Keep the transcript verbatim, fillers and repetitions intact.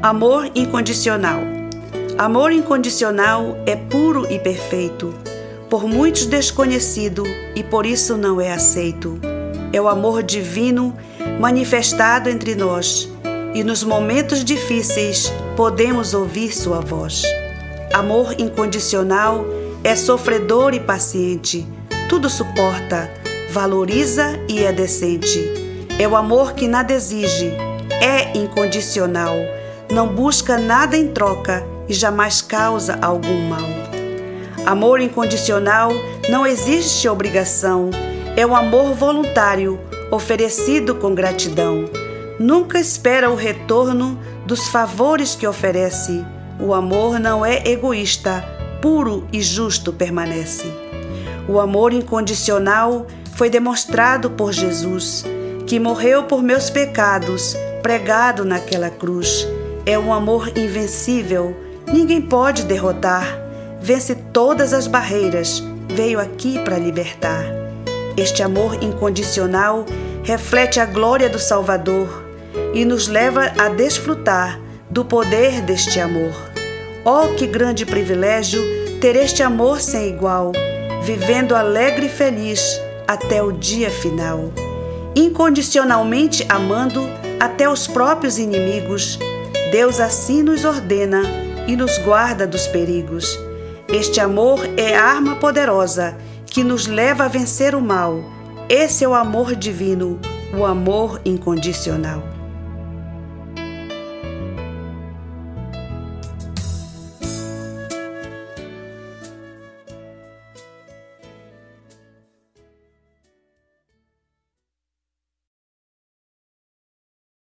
Amor incondicional. Amor incondicional é puro e perfeito, por muitos desconhecido e por isso não é aceito. É o amor divino manifestado entre nós e nos momentos difíceis podemos ouvir sua voz. Amor incondicional é sofredor e paciente, tudo suporta, valoriza e é decente. É o amor que nada exige, é incondicional, não busca nada em troca e jamais causa algum mal. Amor incondicional não existe obrigação, é o amor voluntário, oferecido com gratidão. Nunca espera o retorno dos favores que oferece. O amor não é egoísta, puro e justo permanece. O amor incondicional foi demonstrado por Jesus, que morreu por meus pecados, pregado naquela cruz. É um amor invencível, ninguém pode derrotar. Vence todas as barreiras, veio aqui para libertar. Este amor incondicional reflete a glória do Salvador e nos leva a desfrutar do poder deste amor. Oh, que grande privilégio ter este amor sem igual, vivendo alegre e feliz até o dia final. Incondicionalmente amando até os próprios inimigos, Deus assim nos ordena e nos guarda dos perigos. Este amor é arma poderosa que nos leva a vencer o mal. Esse é o amor divino, o amor incondicional.